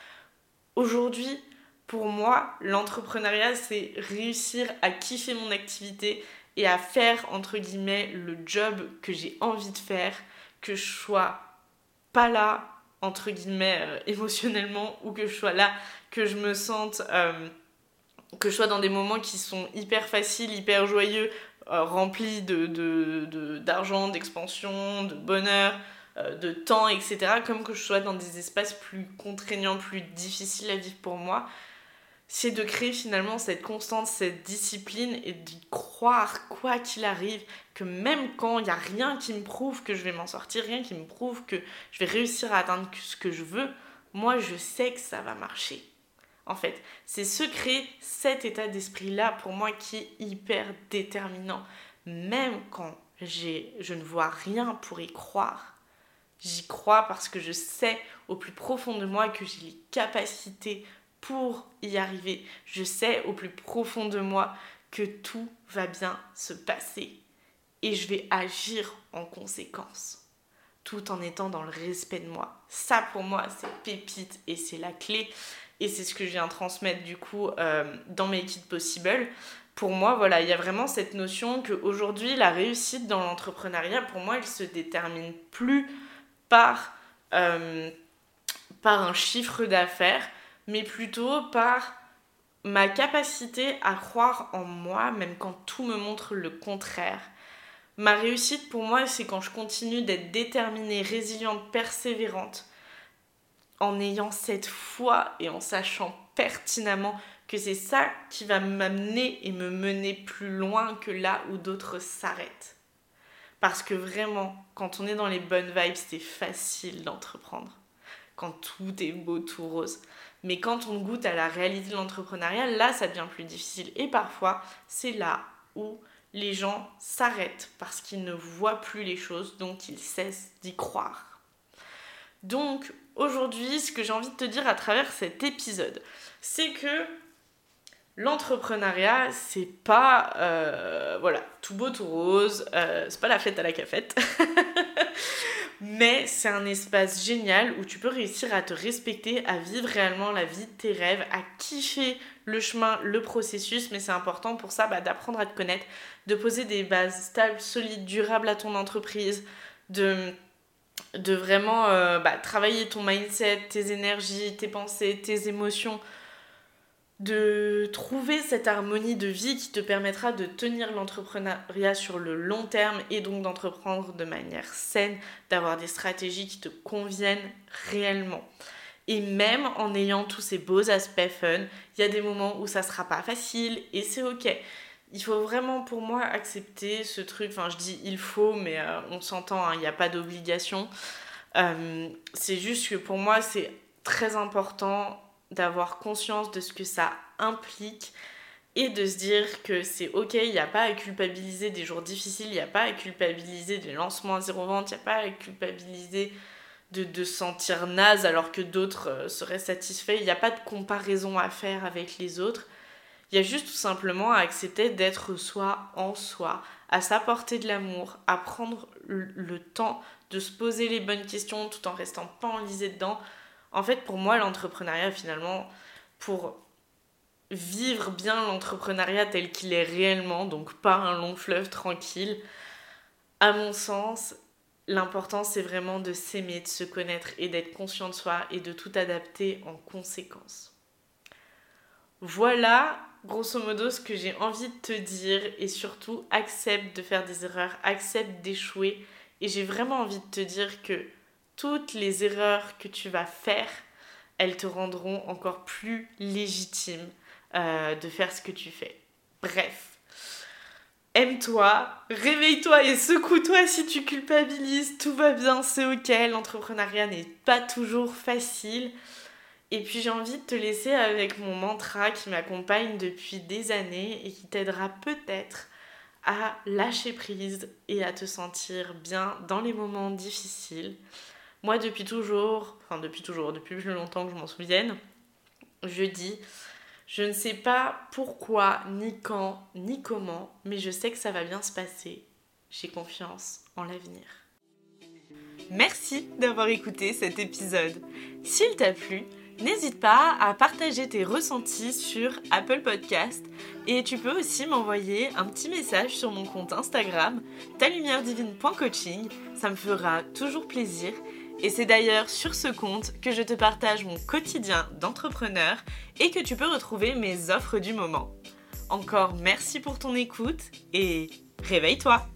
Aujourd'hui, pour moi, l'entrepreneuriat, c'est réussir à kiffer mon activité et à faire, entre guillemets, le job que j'ai envie de faire, que je sois pas là, entre guillemets, euh, émotionnellement, ou que je sois là, que je me sente, euh, que je sois dans des moments qui sont hyper faciles, hyper joyeux, euh, remplie de, de, de, d'argent, d'expansion, de bonheur, euh, de temps, et cetera. Comme que je sois dans des espaces plus contraignants, plus difficiles à vivre pour moi. C'est de créer finalement cette constance, cette discipline et d'y croire quoi qu'il arrive, que même quand il n'y a rien qui me prouve que je vais m'en sortir, rien qui me prouve que je vais réussir à atteindre ce que je veux, moi je sais que ça va marcher. En fait, c'est se créer cet état d'esprit-là pour moi qui est hyper déterminant. Même quand j'ai, je ne vois rien pour y croire, j'y crois parce que je sais au plus profond de moi que j'ai les capacités pour y arriver. Je sais au plus profond de moi que tout va bien se passer et je vais agir en conséquence, tout en étant dans le respect de moi. Ça pour moi c'est pépite et c'est la clé et c'est ce que je viens transmettre du coup euh, dans Make It Possible. Pour moi, voilà, il y a vraiment cette notion qu'aujourd'hui la réussite dans l'entrepreneuriat, pour moi, elle se détermine plus par, euh, par un chiffre d'affaires, mais plutôt par ma capacité à croire en moi, même quand tout me montre le contraire. Ma réussite pour moi, c'est quand je continue d'être déterminée, résiliente, persévérante, en ayant cette foi et en sachant pertinemment que c'est ça qui va m'amener et me mener plus loin que là où d'autres s'arrêtent. Parce que vraiment, quand on est dans les bonnes vibes, c'est facile d'entreprendre. Quand tout est beau, tout rose. Mais quand on goûte à la réalité de l'entrepreneuriat, là, ça devient plus difficile. Et parfois, c'est là où les gens s'arrêtent parce qu'ils ne voient plus les choses, donc ils cessent d'y croire. Donc, aujourd'hui, ce que j'ai envie de te dire à travers cet épisode, c'est que l'entrepreneuriat, c'est pas euh, voilà, tout beau, tout rose, euh, c'est pas la fête à la cafette. Mais c'est un espace génial où tu peux réussir à te respecter, à vivre réellement la vie de tes rêves, à kiffer le chemin, le processus. Mais c'est important pour ça bah, d'apprendre à te connaître, de poser des bases stables, solides, durables à ton entreprise, de, de vraiment euh, bah, travailler ton mindset, tes énergies, tes pensées, tes émotions, de trouver cette harmonie de vie qui te permettra de tenir l'entrepreneuriat sur le long terme et donc d'entreprendre de manière saine, d'avoir des stratégies qui te conviennent réellement. Et même en ayant tous ces beaux aspects fun, il y a des moments où ça sera pas facile et c'est ok. Il faut vraiment pour moi accepter ce truc, enfin je dis il faut mais euh, on s'entend, il hein, n'y a pas d'obligation. Euh, c'est juste que pour moi c'est très important d'avoir conscience de ce que ça implique et de se dire que c'est ok, il n'y a pas à culpabiliser des jours difficiles, il n'y a pas à culpabiliser des lancements à zéro vente, il n'y a pas à culpabiliser de, de se sentir naze alors que d'autres euh, seraient satisfaits, il n'y a pas de comparaison à faire avec les autres, il y a juste tout simplement à accepter d'être soi en soi, à s'apporter de l'amour, à prendre le, le temps de se poser les bonnes questions tout en restant pas enlisé dedans. En fait, pour moi, l'entrepreneuriat, finalement, pour vivre bien l'entrepreneuriat tel qu'il est réellement, donc pas un long fleuve tranquille, à mon sens, l'important, c'est vraiment de s'aimer, de se connaître et d'être conscient de soi et de tout adapter en conséquence. Voilà, grosso modo, ce que j'ai envie de te dire et surtout, accepte de faire des erreurs, accepte d'échouer et j'ai vraiment envie de te dire que toutes les erreurs que tu vas faire, elles te rendront encore plus légitime euh, de faire ce que tu fais. Bref, aime-toi, réveille-toi et secoue-toi si tu culpabilises, tout va bien, c'est ok, l'entrepreneuriat n'est pas toujours facile. Et puis j'ai envie de te laisser avec mon mantra qui m'accompagne depuis des années et qui t'aidera peut-être à lâcher prise et à te sentir bien dans les moments difficiles. Moi, depuis toujours, enfin depuis toujours, depuis plus longtemps que je m'en souvienne, je dis, je ne sais pas pourquoi, ni quand, ni comment, mais je sais que ça va bien se passer. J'ai confiance en l'avenir. Merci d'avoir écouté cet épisode. S'il t'a plu, n'hésite pas à partager tes ressentis sur Apple Podcast et tu peux aussi m'envoyer un petit message sur mon compte Instagram ta lumière divine point coaching, ça me fera toujours plaisir. Et c'est d'ailleurs sur ce compte que je te partage mon quotidien d'entrepreneur et que tu peux retrouver mes offres du moment. Encore merci pour ton écoute et réveille-toi!